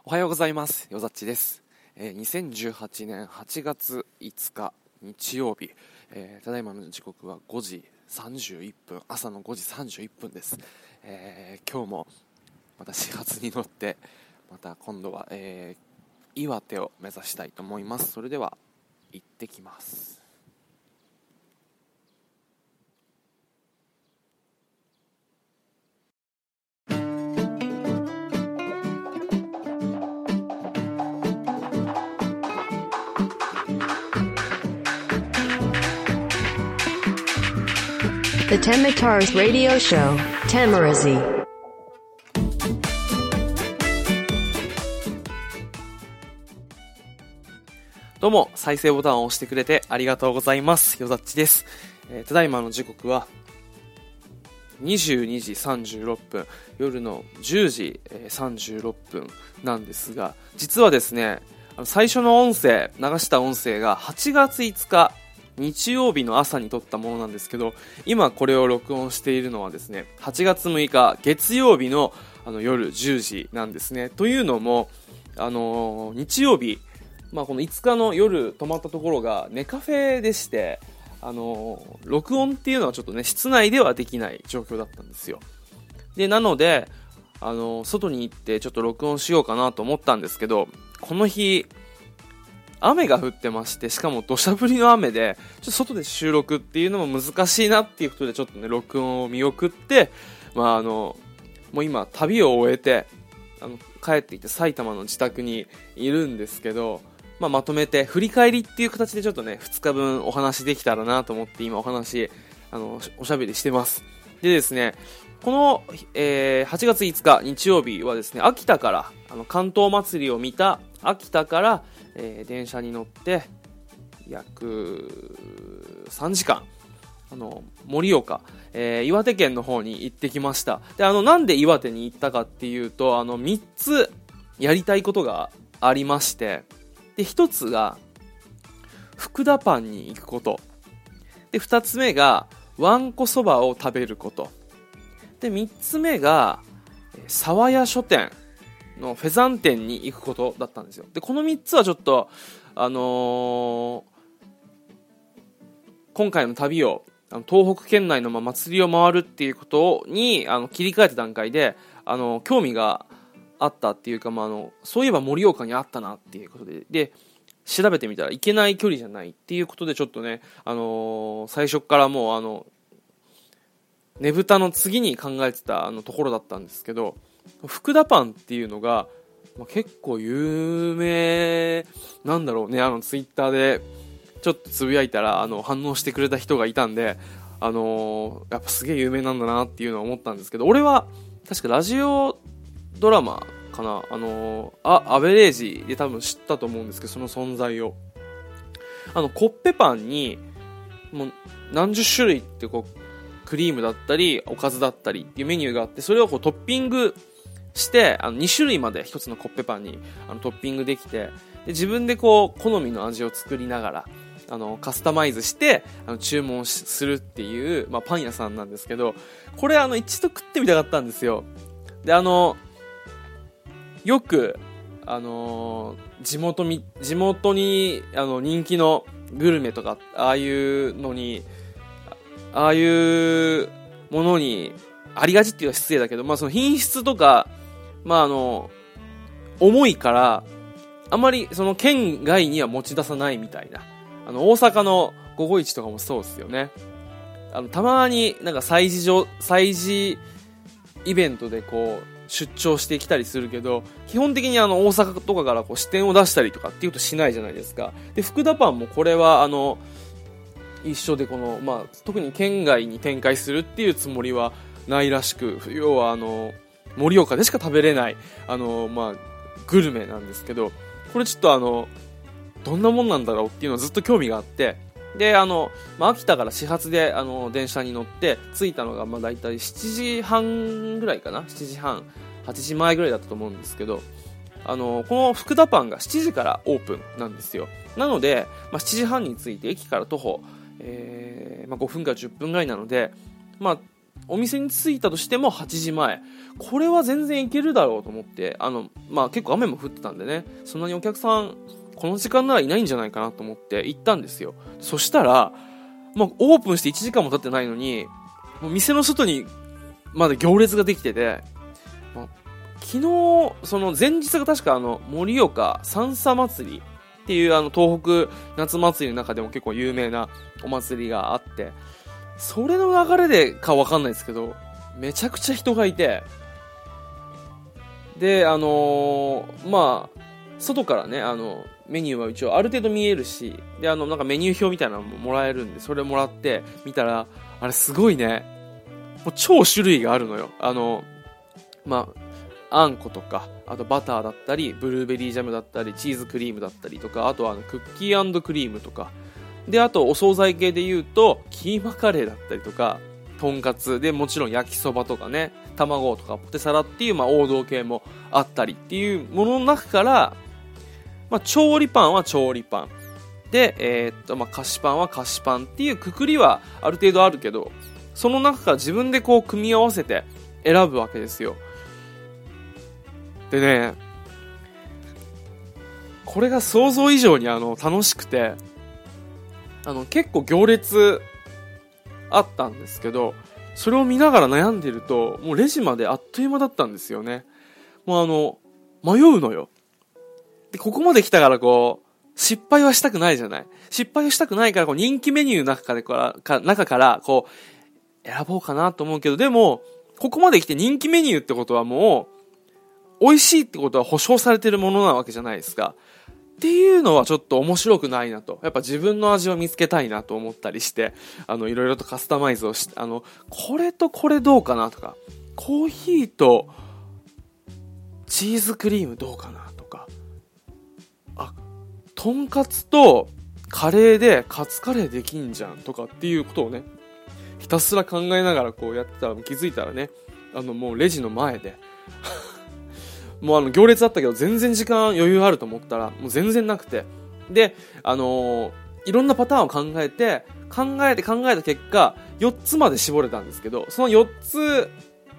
おはようございます。よざっちです。2018年8月5日日曜日、ただいまの時刻は5時31分、朝の5時31分です。今日もまた始発に乗ってまた今度は、岩手を目指したいと思います。それでは行ってきます。 The Temitars Radio Show, Tamarazi. どうも再生ボタンを押してくれてありがとうございます。よざっちです。ただいまの時刻は22時36分、夜の10時36分なんですが、実はですね、最初の音声、流した音声が8月5日日曜日の朝に撮ったものなんですけど、今これを録音しているのはですね、8月6日月曜日の夜10時なんですね。というのも、日曜日、この5日の夜泊まったところがネカフェでして、録音っていうのはちょっとね、室内ではできない状況だったんですよ。で、なので、外に行ってちょっと録音しようかなと思ったんですけど、この日、雨が降ってまして、しかも土砂降りの雨で、ちょっと外で収録っていうのも難しいなっていうことで、ちょっとね、録音を見送って、もう今、旅を終えて、帰ってきて埼玉の自宅にいるんですけど、まとめて、振り返りっていう形でちょっとね、2日分お話できたらなと思って、今お話、おしゃべりしてます。でですね、この、8月5日日曜日はですね、秋田から、関東祭りを見た秋田から、電車に乗って約3時間盛岡、岩手県の方に行ってきました。で、なんで岩手に行ったかっていうと、3つやりたいことがありまして、で、1つが福田パンに行くこと、で2つ目がわんこそばを食べること、で3つ目が沢屋書店のフェザン店に行くことだったんですよ。で、この3つはちょっと今回の旅を東北県内の祭りを回るっていうことに切り替えた段階で興味があったっていうか、そういえば盛岡にあったなっていうことで調べてみたら行けない距離じゃないっていうことで、ちょっとね、最初からもうねぶたの次に考えてたところだったんですけど、福田パンっていうのが、結構有名なんだろうね。ツイッターでちょっとつぶやいたら反応してくれた人がいたんで、やっぱすげえ有名なんだなっていうのは思ったんですけど、俺は確かラジオドラマかな、アベレージで多分知ったと思うんですけど、その存在をコッペパンにもう何十種類ってクリームだったりおかずだったりっていうメニューがあって、それをトッピングして2種類まで1つのコッペパンにトッピングできて、で自分で好みの味を作りながらカスタマイズして注文するっていう、パン屋さんなんですけど、これ一度食ってみたかったんですよ。でよく地元に人気のグルメとかああいうものにありがちっていうのは失礼だけど、その品質とか重いからあまりその県外には持ち出さないみたいな、大阪の午後市とかもそうですよね。たまになんか催事イベントで出張してきたりするけど、基本的に大阪とかから支店を出したりとかっていうとしないじゃないですか。で、福田パンもこれは一緒で特に県外に展開するっていうつもりはないらしく、要は盛岡でしか食べれないグルメなんですけど、これちょっとどんなもんなんだろうっていうのはずっと興味があって、で秋田から始発で電車に乗って着いたのがだいたい7時半ぐらいかな、7時半8時前ぐらいだったと思うんですけど、この福田パンが7時からオープンなんですよ。なので、7時半に着いて駅から徒歩5分から10分ぐらいなので、 お店に着いたとしても8時前。これは全然いけるだろうと思って、結構雨も降ってたんでね、そんなにお客さん、この時間ならいないんじゃないかなと思って行ったんですよ。そしたら、オープンして1時間も経ってないのに、もう店の外にまだ行列ができてて、昨日、その前日が確か盛岡三叉祭りっていう東北夏祭りの中でも結構有名なお祭りがあって、それの流れでかわかんないですけど、めちゃくちゃ人がいて、で、外からね、メニューは一応ある程度見えるし、で、なんかメニュー表みたいなのももらえるんで、それもらって見たら、あれすごいね、もう超種類があるのよ。あんことか、あとバターだったり、ブルーベリージャムだったり、チーズクリームだったりとか、あとはクッキー&クリームとか、で、あとお惣菜系で言うと、キーマカレーだったりとか、とんかつでもちろん焼きそばとかね、卵とかポテサラっていう王道系もあったりっていうものの中から、調理パンは調理パンで、菓子パンは菓子パンっていうくくりはある程度あるけど、その中から自分でこう組み合わせて選ぶわけですよ。でね、これが想像以上に楽しくて、結構行列あったんですけど、それを見ながら悩んでると、もうレジまであっという間だったんですよね。もう迷うのよ。で、ここまで来たから失敗はしたくないじゃない。失敗をしたくないから、人気メニューの中から選ぼうかなと思うけど、でも、ここまで来て人気メニューってことはもう、美味しいってことは保証されてるものなわけじゃないですか。っていうのはちょっと面白くないなと。やっぱ自分の味を見つけたいなと思ったりして、いろいろとカスタマイズをして、これとこれどうかなとか、コーヒーとチーズクリームどうかなとか、とんかつとカレーでカツカレーできんじゃんとかっていうことをね、ひたすら考えながらやってたら気づいたらね、もうレジの前で、もう行列あったけど全然時間余裕あると思ったらもう全然なくて、でいろんなパターンを考えた結果4つまで絞れたんですけど、その4つ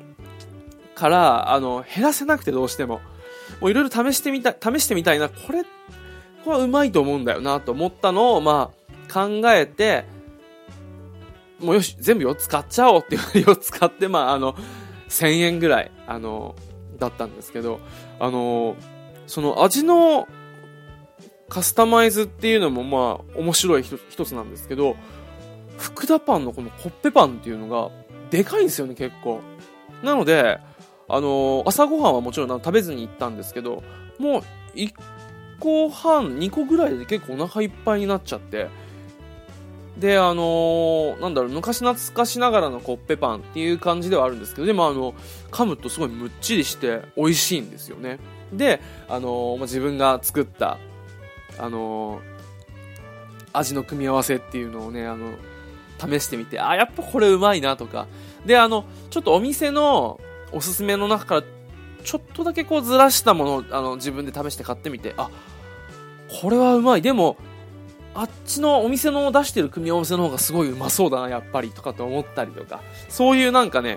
から減らせなくて、どうしてもいろいろ試してみたいな、これはうまいと思うんだよなと思ったのを考えて、もうよし全部4つ買っちゃおうっていう4つ買って、1000円ぐらいだったんですけど、その味のカスタマイズっていうのも面白い一つなんですけど、福田パンのこのコッペパンっていうのがでかいんですよね、結構。なので朝ごはんはもちろん食べずに行ったんですけど、もう1個半2個ぐらいで結構お腹いっぱいになっちゃって、で昔懐かしながらのコッペパンっていう感じではあるんですけど、でも噛むとすごいむっちりして美味しいんですよね。で自分が作った味の組み合わせっていうのをね試してみて、やっぱこれうまいなとかで、ちょっとお店のおすすめの中からちょっとだけずらしたものを自分で試して買ってみて、これはうまい、でもあっちのお店の出してる組み合わせの方がすごいうまそうだなやっぱりとかと思ったりとか、そういう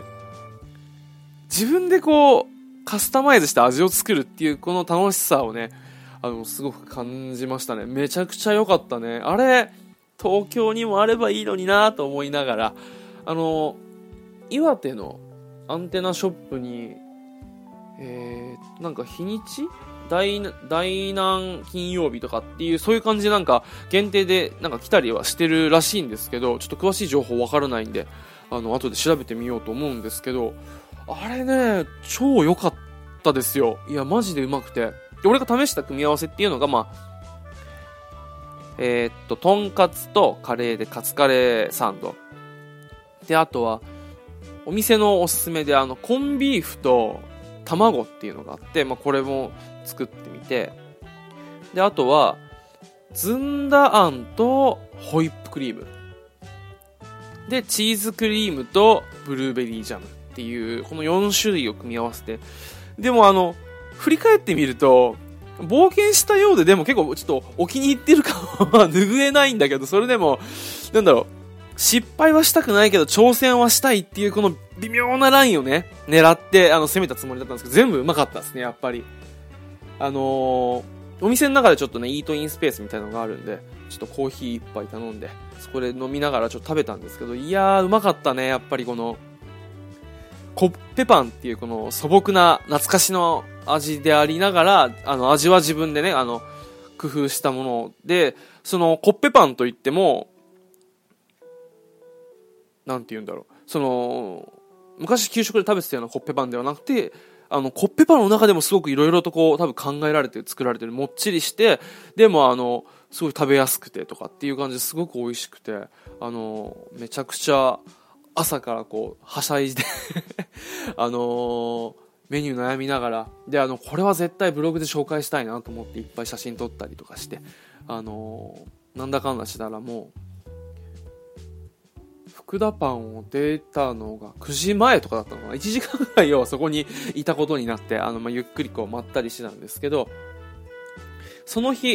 自分でカスタマイズして味を作るっていうこの楽しさをねすごく感じましたね。めちゃくちゃ良かったね。あれ東京にもあればいいのになと思いながら、岩手のアンテナショップに日にち大南金曜日とかっていうそういう感じで限定で来たりはしてるらしいんですけど、ちょっと詳しい情報わからないんで後で調べてみようと思うんですけど、あれね超良かったですよ。いやマジでうまくて、で俺が試した組み合わせっていうのがとんかつとカレーでカツカレーサンドで、あとはお店のおすすめでコンビーフと卵っていうのがあって、これも作ってみて、であとはずんだあんとホイップクリームでチーズクリームとブルーベリージャムっていうこの4種類を組み合わせて、でも振り返ってみると冒険したようで、でも結構ちょっとお気に入ってる感は拭えないんだけど、それでも失敗はしたくないけど挑戦はしたいっていうこの微妙なラインをね狙って攻めたつもりだったんですけど、全部うまかったですね。やっぱりお店の中でちょっとねイートインスペースみたいなのがあるんで、ちょっとコーヒー一杯頼んでそこで飲みながらちょっと食べたんですけど、いやーうまかったね。やっぱりこのコッペパンっていうこの素朴な懐かしの味でありながら、味は自分でね工夫したもので、そのコッペパンといってもなんて言うんだろう、その昔給食で食べてたようなコッペパンではなくて、コッペパンの中でもすごくいろいろとこう多分考えられて作られてる、もっちりしてでもすごい食べやすくてとかっていう感じですごく美味しくて、めちゃくちゃ朝からこうはしゃいでメニュー悩みながらで、これは絶対ブログで紹介したいなと思っていっぱい写真撮ったりとかして、なんだかんだしたらもう福田パンを出たのが9時前とかだったのかな、1時間ぐらいをそこにいたことになって、ゆっくりこう待ったりしてたんですけど、その日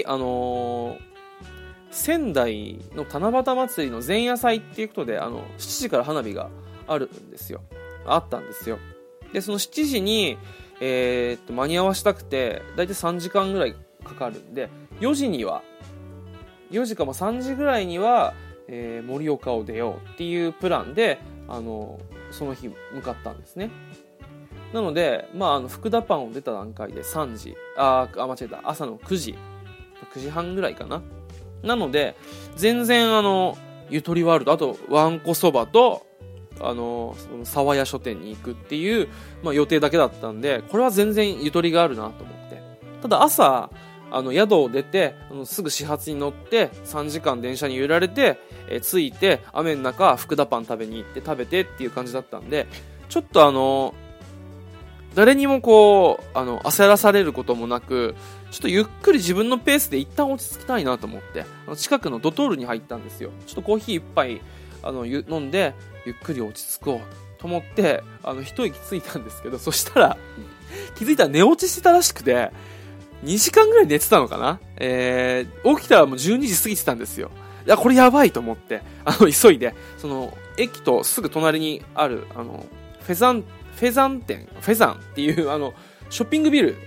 仙台の七夕祭りの前夜祭っていうことで7時から花火があったんですよ。でその7時に間に合わせたくてだいたい3時間ぐらいかかるんで、4時か3時ぐらいには盛岡を出ようっていうプランでその日向かったんですね。なので、福田パンを出た段階で3時間違えた、朝の9時半ぐらいかな。なので全然ゆとりはあると、あとわんこそばとその沢屋書店に行くっていう、予定だけだったんで、これは全然ゆとりがあるなと思って。ただ朝宿を出てすぐ始発に乗って3時間電車に揺られて、着いて雨の中福田パン食べに行って食べてっていう感じだったんで、ちょっと誰にもこう焦らされることもなく、ちょっとゆっくり自分のペースで一旦落ち着きたいなと思って近くのドトールに入ったんですよ。ちょっとコーヒー一杯飲んでゆっくり落ち着こうと思って一息ついたんですけど、そしたら気づいたら寝落ちしてたらしくて、2時間ぐらい寝てたのかな、起きたらもう12時過ぎてたんですよ。いやこれやばいと思って急いでその駅とすぐ隣にあるフェザンっていうショッピングビル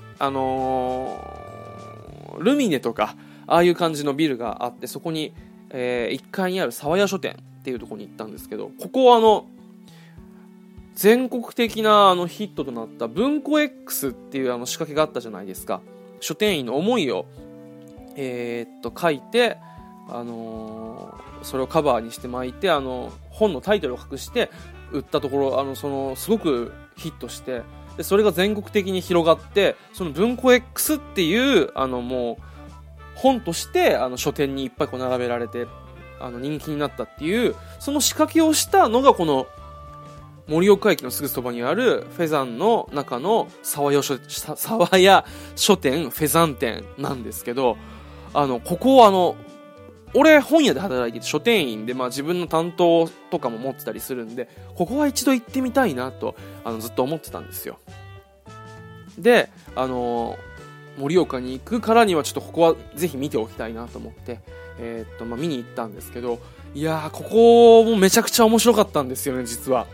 ルミネとかああいう感じのビルがあって、そこに、1階にある沢屋書店っていうところに行ったんですけど、ここ全国的なヒットとなった文庫 X っていう仕掛けがあったじゃないですか。書店員の思いを書いてそれをカバーにして巻いて本のタイトルを隠して売ったところすごくヒットして、でそれが全国的に広がって、その文庫 X っていうもう本として書店にいっぱいこう並べられて人気になったっていう、その仕掛けをしたのがこの盛岡駅のすぐそばにあるフェザンの中の沢屋書店フェザン店なんですけど、ここ俺本屋で働いていて書店員で、自分の担当とかも持ってたりするんで、ここは一度行ってみたいなとずっと思ってたんですよ。で盛岡に行くからにはちょっとここはぜひ見ておきたいなと思って見に行ったんですけど、いやーここもめちゃくちゃ面白かったんですよね。実は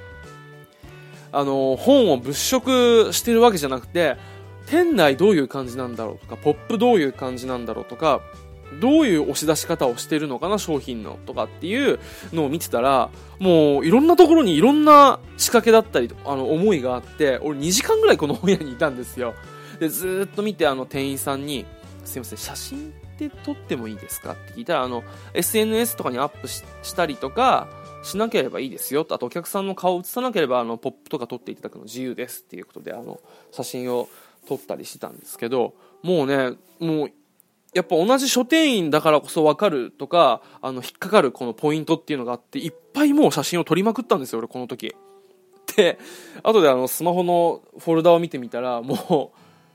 本を物色してるわけじゃなくて、店内どういう感じなんだろうとか、ポップどういう感じなんだろうとか、どういう押し出し方をしてるのかな商品のとかっていうのを見てたら、もういろんなところにいろんな仕掛けだったり思いがあって、俺2時間ぐらいこの本屋にいたんですよ。でずーっと見て店員さんにすいません写真って撮ってもいいですかって聞いたらSNS とかにアップ したりとかしなければいいですよと、あとお客さんの顔を写さなければポップとか撮っていただくの自由ですっていうことで写真を撮ったりしてたんですけど、もうやっぱ同じ書店員だからこそ分かるとか引っかかるこのポイントっていうのがあって、いっぱいもう写真を撮りまくったんですよ俺この時で。後でスマホのフォルダを見てみたら、も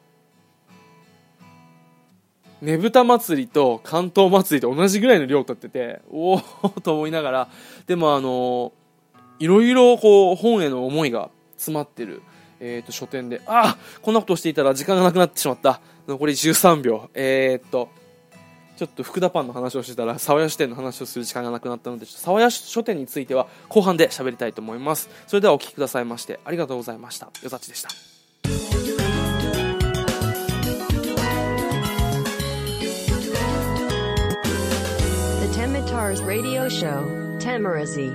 うねぶた祭りと関東祭りと同じぐらいの量撮ってて、おーと思いながら、でもいろいろこう本への思いが詰まってる書店で、こんなことをしていたら時間がなくなってしまった。残り13秒。 ちょっと福田パンの話をしてたら沢屋書店の話をする時間がなくなったので、ちょっと沢屋書店については後半で喋りたいと思います。それではお聞きくださいましてありがとうございました。よざっちでした。 Radio Show Tamarazi。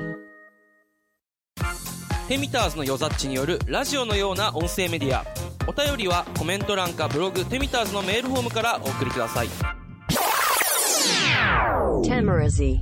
テミターズのよざっちによるラジオのような音声メディア。お便りはコメント欄かブログテミターズのメールフォームからお送りください。 Tamarazi。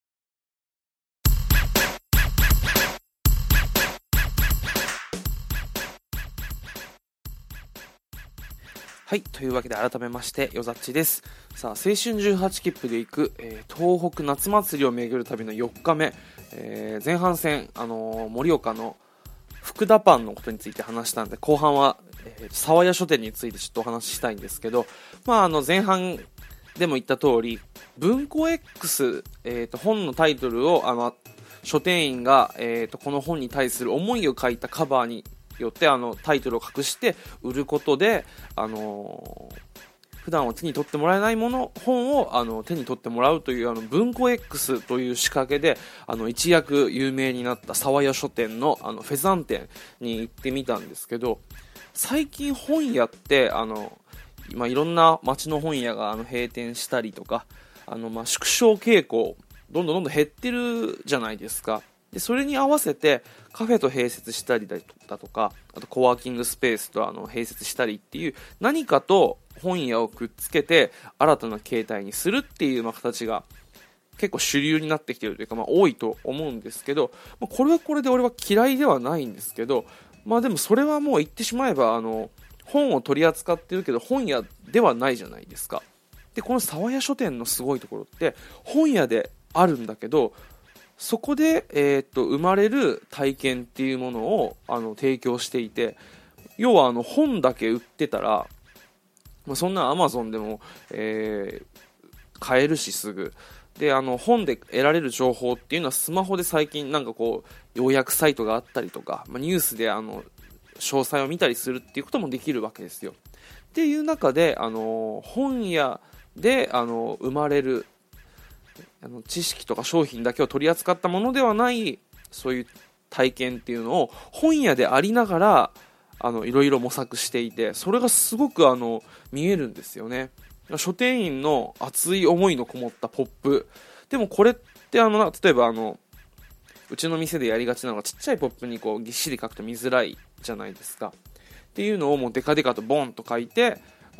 はい、というわけで改めましてよざっちです。さあ、青春18切符で行く、東北夏祭りを巡る旅の4日目、前半戦、盛岡の福田パンのことについて話したんで、後半は、沢屋書店についてちょっとお話ししたいんですけど、前半でも言った通り文庫 X、本のタイトルを書店員が、この本に対する思いを書いたカバーによってタイトルを隠して売ることで、普段は手に取ってもらえない本を手に取ってもらうという文庫 X という仕掛けで一躍有名になった沢屋書店のフェザン店に行ってみたんですけど、最近本屋って今いろんな町の本屋が閉店したりとか縮小傾向どんどん減ってるじゃないですか。でそれに合わせてカフェと併設したりだとか、あとコワーキングスペースと併設したりっていう何かと本屋をくっつけて新たな形態にするっていう形が結構主流になってきているというか、多いと思うんですけど、これはこれで俺は嫌いではないんですけど、でもそれはもう言ってしまえば本を取り扱ってるけど本屋ではないじゃないですか。でこの沢屋書店のすごいところって本屋であるんだけど、そこで、生まれる体験っていうものを提供していて、要は本だけ売ってたら、そんなアマゾンでも、買えるしすぐで本で得られる情報っていうのはスマホで最近要約サイトがあったりとか、ニュースで詳細を見たりするっていうこともできるわけですよ。っていう中で本屋で生まれる知識とか商品だけを取り扱ったものではないそういう体験っていうのを本屋でありながらいろいろ模索していて、それがすごく見えるんですよね。書店員の熱い思いのこもったポップでも、これって例えばうちの店でやりがちなのがちっちゃいポップにぎっしり書くと見づらいじゃないですか。っていうのをもうデカデカとボンと書いて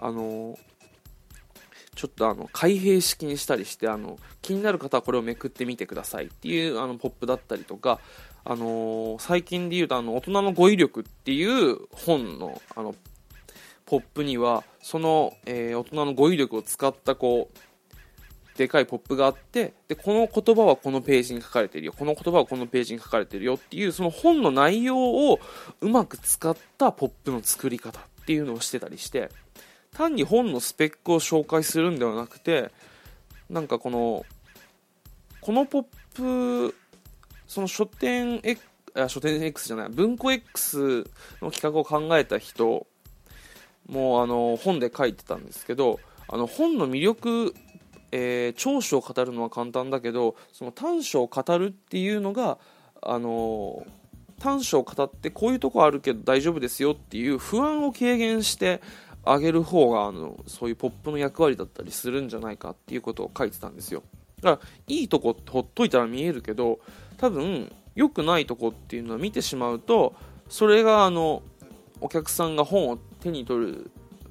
ちょっと開閉式にしたりして気になる方はこれをめくってみてくださいっていうポップだったりとか、最近で言うと大人の語彙力っていう本のポップにはその、大人の語彙力を使ったでかいポップがあって、でこの言葉はこのページに書かれているよ、この言葉はこのページに書かれているよっていうその本の内容をうまく使ったポップの作り方っていうのをしてたりして、単に本のスペックを紹介するんではなくて、このポップその書店 X じゃない文庫 X の企画を考えた人も本で書いてたんですけど、本の魅力、長所を語るのは簡単だけど、その短所を語るっていうのが短所を語ってこういうとこあるけど大丈夫ですよっていう不安を軽減してあげる方がそういうポップの役割だったりするんじゃないかっていうことを書いてたんですよ。だからいいとこほっといたら見えるけど、多分良くないとこっていうのを見てしまうと、それがお客さんが本を手に取る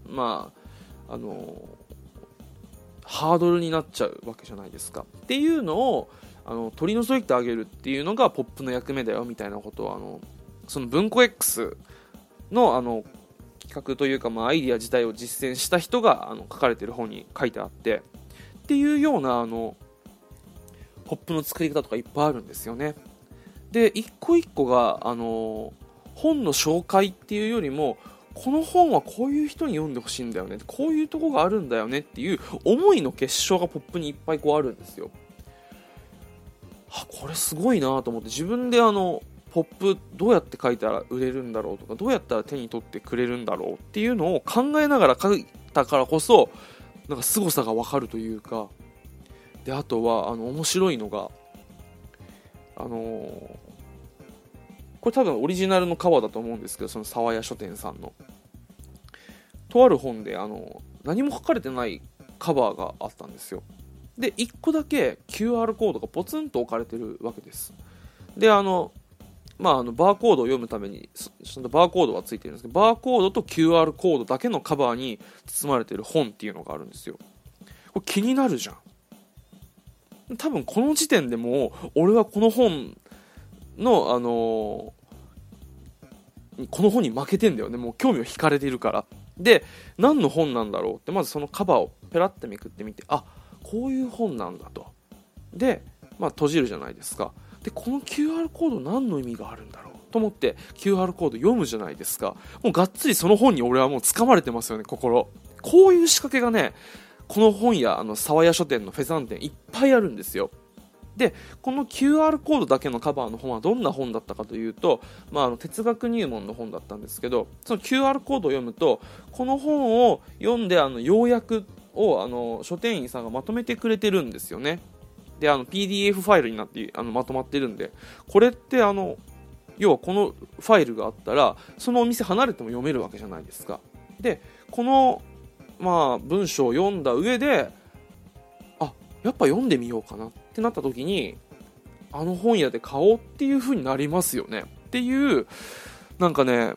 ハードルになっちゃうわけじゃないですか。っていうのを取り除いてあげるっていうのがポップの役目だよみたいなことをその文庫 X の企画というか、アイディア自体を実践した人が書かれている本に書いてあって、っていうようなポップの作り方とかいっぱいあるんですよね。で一個一個が本の紹介っていうよりも、この本はこういう人に読んでほしいんだよね、こういうとこがあるんだよねっていう思いの結晶がポップにいっぱいあるんですよ。これすごいなと思って、自分でポップどうやって書いたら売れるんだろうとか、どうやったら手に取ってくれるんだろうっていうのを考えながら書いたからこそ、 なんか凄さがわかるというか、であとは面白いのがこれ多分オリジナルのカバーだと思うんですけど、その沢谷書店さんのとある本で何も書かれてないカバーがあったんですよ。で1個だけ QR コードがポツンと置かれてるわけです。でバーコードを読むためにそのバーコードはついてるんですけど、バーコードと QR コードだけのカバーに包まれてる本っていうのがあるんですよ。これ気になるじゃん。多分この時点でもう俺はこの本のこの本に負けてんだよね。もう興味を惹かれているから。で何の本なんだろうってまずそのカバーをペラッてめくってみて、あ、こういう本なんだと。で閉じるじゃないですか。でこの QR コード何の意味があるんだろうと思って QR コード読むじゃないですか。もうがっつりその本に俺はもう掴まれてますよね、心。こういう仕掛けがね、この本屋沢谷書店のフェザン店いっぱいあるんですよ。でこの QR コードだけのカバーの本はどんな本だったかというと、哲学入門の本だったんですけど、その QR コードを読むとこの本を読んで要約を書店員さんがまとめてくれてるんですよね。でPDF ファイルになってまとまってるんで、これって要はこのファイルがあったらそのお店離れても読めるわけじゃないですか。でこの文章を読んだ上でやっぱ読んでみようかなってなった時に本屋で買おうっていう風になりますよねっていう、なんかね、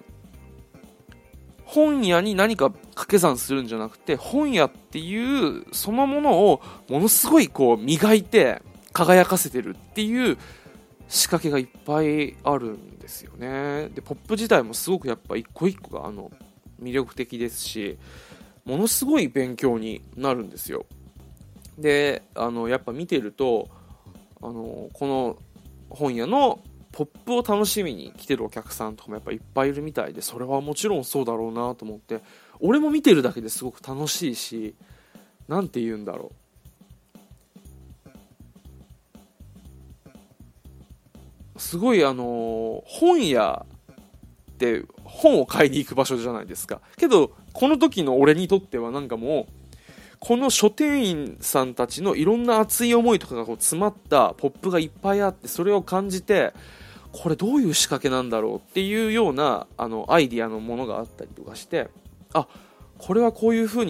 本屋に何か掛け算するんじゃなくて本屋っていうそのものをものすごいこう磨いて輝かせてるっていう仕掛けがいっぱいあるんですよね。でポップ自体もすごくやっぱ一個一個が魅力的ですし、ものすごい勉強になるんですよ。でやっぱ見てるとこの本屋のポップを楽しみに来てるお客さんとかもやっぱいっぱいいるみたいで、それはもちろんそうだろうなと思って、俺も見てるだけですごく楽しいし、なんて言うんだろう、すごい本屋って本を買いに行く場所じゃないですか。けどこの時の俺にとってはなんかもうこの書店員さんたちのいろんな熱い思いとかがこう詰まったポップがいっぱいあって、それを感じてこれどういう仕掛けなんだろうっていうようなアイディアのものがあったりとかして、これはこういう風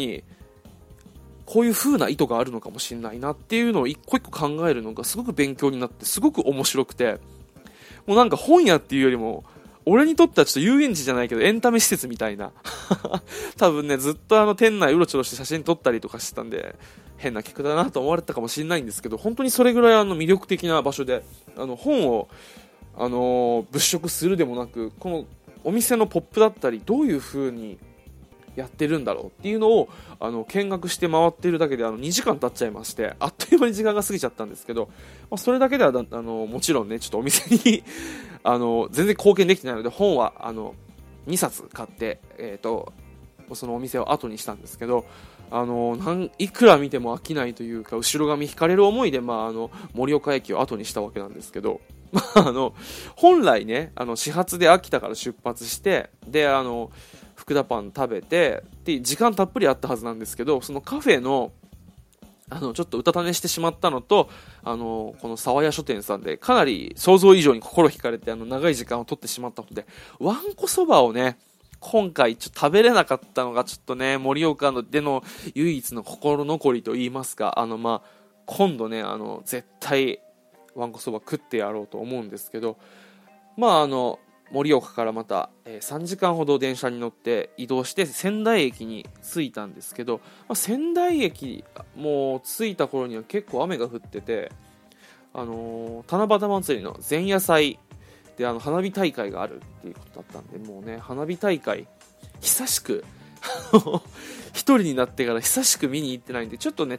な意図があるのかもしれないなっていうのを一個一個考えるのがすごく勉強になってすごく面白くて、もうなんか本屋っていうよりも俺にとってはちょっと遊園地じゃないけどエンタメ施設みたいな多分ねずっと店内うろちょろして写真撮ったりとかしてたんで変な客だなと思われたかもしれないんですけど、本当にそれぐらい魅力的な場所で本を物色するでもなく、このお店のポップだったりどういう風にやってるんだろうっていうのを見学して回っているだけで2時間経っちゃいまして、あっという間に時間が過ぎちゃったんですけど、それだけではもちろんねちょっとお店に全然貢献できてないので本は2冊買ってそのお店を後にしたんですけど、いくら見ても飽きないというか後ろ髪引かれる思いで、盛岡駅を後にしたわけなんですけど、本来ね始発で秋田から出発してで福田パン食べてで時間たっぷりあったはずなんですけど、そのカフェのちょっとうたた寝してしまったのとこの沢谷書店さんでかなり想像以上に心惹かれて長い時間を取ってしまったので、わんこそばをね今回ちょっと食べれなかったのがちょっとね盛岡での唯一の心残りと言いますか、今度ね絶対わんこそば食ってやろうと思うんですけど、盛岡からまた3時間ほど電車に乗って移動して仙台駅に着いたんですけど、仙台駅もう着いた頃には結構雨が降ってて、七夕祭りの前夜祭で花火大会があるっていうことだったんで、もうね花火大会久しく一人になってから久しく見に行ってないんで、ちょっとね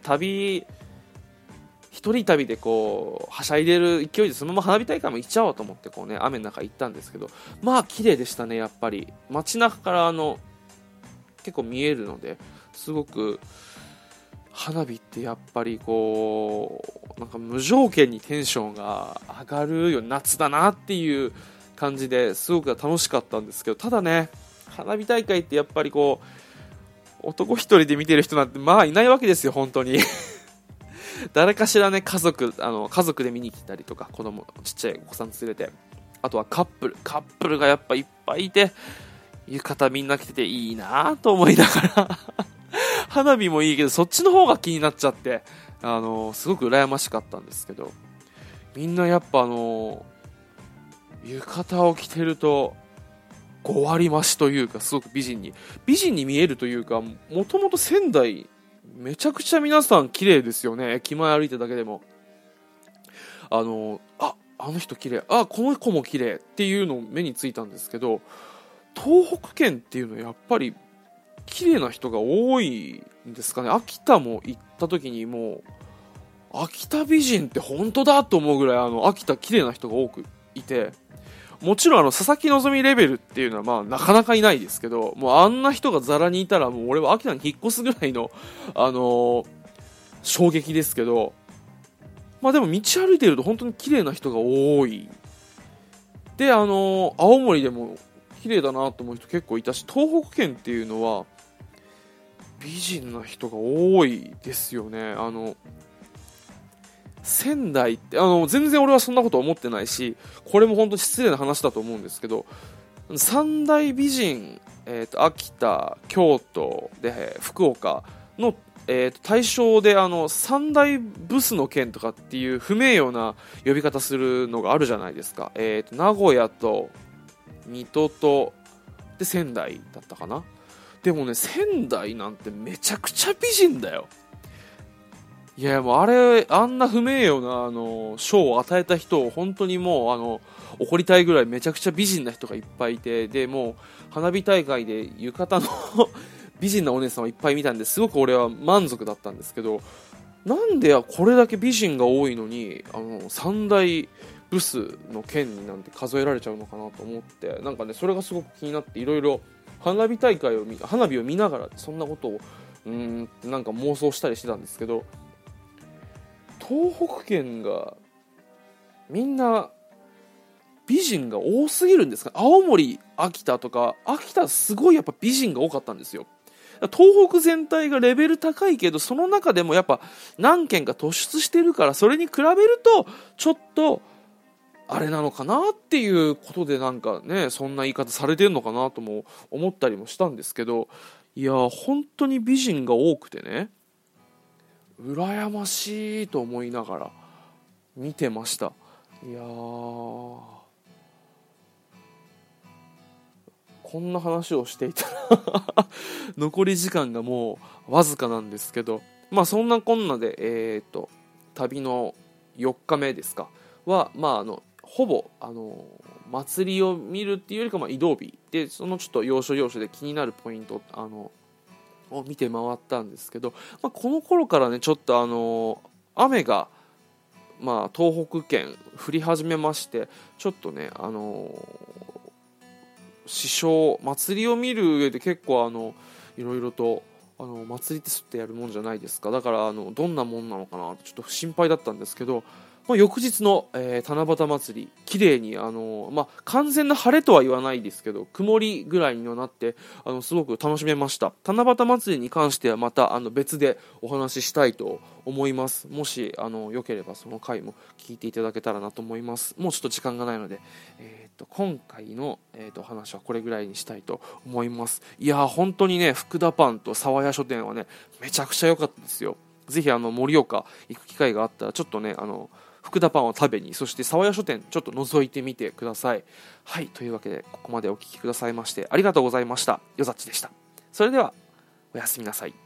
一人旅でこうはしゃいでる勢いでそのまま花火大会も行っちゃおうと思ってこうね雨の中行ったんですけど、綺麗でしたね。やっぱり街中から結構見えるのですごく花火ってやっぱりこうなんか無条件にテンションが上がるよ夏だなっていう感じですごく楽しかったんですけど、ただね花火大会ってやっぱりこう男一人で見てる人なんてまあいないわけですよ、本当に。誰かしらね、家族で見に来たりとか、ちっちゃいお子さん連れて、あとはカップルがやっぱいっぱいいて、浴衣みんな着てていいなと思いながら花火もいいけどそっちの方が気になっちゃって、すごく羨ましかったんですけど、みんなやっぱ浴衣を着てると5割増しというか、すごく美人に見えるというか、もともと仙台めちゃくちゃ皆さん綺麗ですよね。駅前歩いてるだけでもあの人綺麗、この子も綺麗っていうのを目についたんですけど、東北圏っていうのはやっぱり綺麗な人が多いんですかね。秋田も行った時にもう秋田美人って本当だと思うぐらい秋田綺麗な人が多くいて、もちろん佐々木希レベルっていうのはまあなかなかいないですけど、もうあんな人がザラにいたらもう俺は秋田に引っ越すぐらいの衝撃ですけど、まあでも道歩いてると本当に綺麗な人が多いで、青森でも綺麗だなと思う人結構いたし、東北圏っていうのは美人な人が多いですよね。仙台って全然俺はそんなこと思ってないし、これも本当に失礼な話だと思うんですけど、三大美人、秋田、京都で福岡の、対象で三大ブスの県とかっていう不名誉な呼び方するのがあるじゃないですか。名古屋と水戸とで仙台だったかな。でもね、仙台なんてめちゃくちゃ美人だよ。いやもうあんな不名誉な賞を与えた人を本当にもう怒りたいぐらいめちゃくちゃ美人な人がいっぱいいて、でもう花火大会で浴衣の美人なお姉さんをいっぱい見たんですごく俺は満足だったんですけど、なんでこれだけ美人が多いのに三大ブスの県になんて数えられちゃうのかなと思って、なんかねそれがすごく気になって、いろいろ花火を見ながらそんなことをなんか妄想したりしてたんですけど、東北県がみんな美人が多すぎるんですか。青森、秋田とか、秋田すごいやっぱ美人が多かったんですよ。東北全体がレベル高いけど、その中でもやっぱ何県か突出してるから、それに比べるとちょっとあれなのかなっていうことで、なんかねそんな言い方されてるのかなとも思ったりもしたんですけど、いや本当に美人が多くてね、羨ましいと思いながら見てました。いやー、こんな話をしていたら残り時間がもうわずかなんですけど、まあそんなこんなで旅の4日目ですかは、まあほぼ祭りを見るっていうよりか、移動日でそのちょっと要所要所で気になるポイントを見て回ったんですけど、この頃からねちょっと雨が東北圏降り始めまして、ちょっとね祭りを見る上で結構いろいろと祭りってすってやるもんじゃないですか。だからどんなもんなのかなってちょっと心配だったんですけど、翌日の、七夕祭り綺麗に完全な晴れとは言わないですけど曇りぐらいにはなってすごく楽しめました。七夕祭りに関してはまた別でお話ししたいと思います。もしよければその回も聞いていただけたらなと思います。もうちょっと時間がないので、今回の、お話はこれぐらいにしたいと思います。いや本当にね、福田パンと沢屋書店はねめちゃくちゃ良かったですよ。ぜひ盛岡行く機会があったらちょっとね福田パンを食べに、そして沢屋書店ちょっと覗いてみてください。はい、というわけでここまでお聞きくださいましてありがとうございました。よざっちでした。それではおやすみなさい。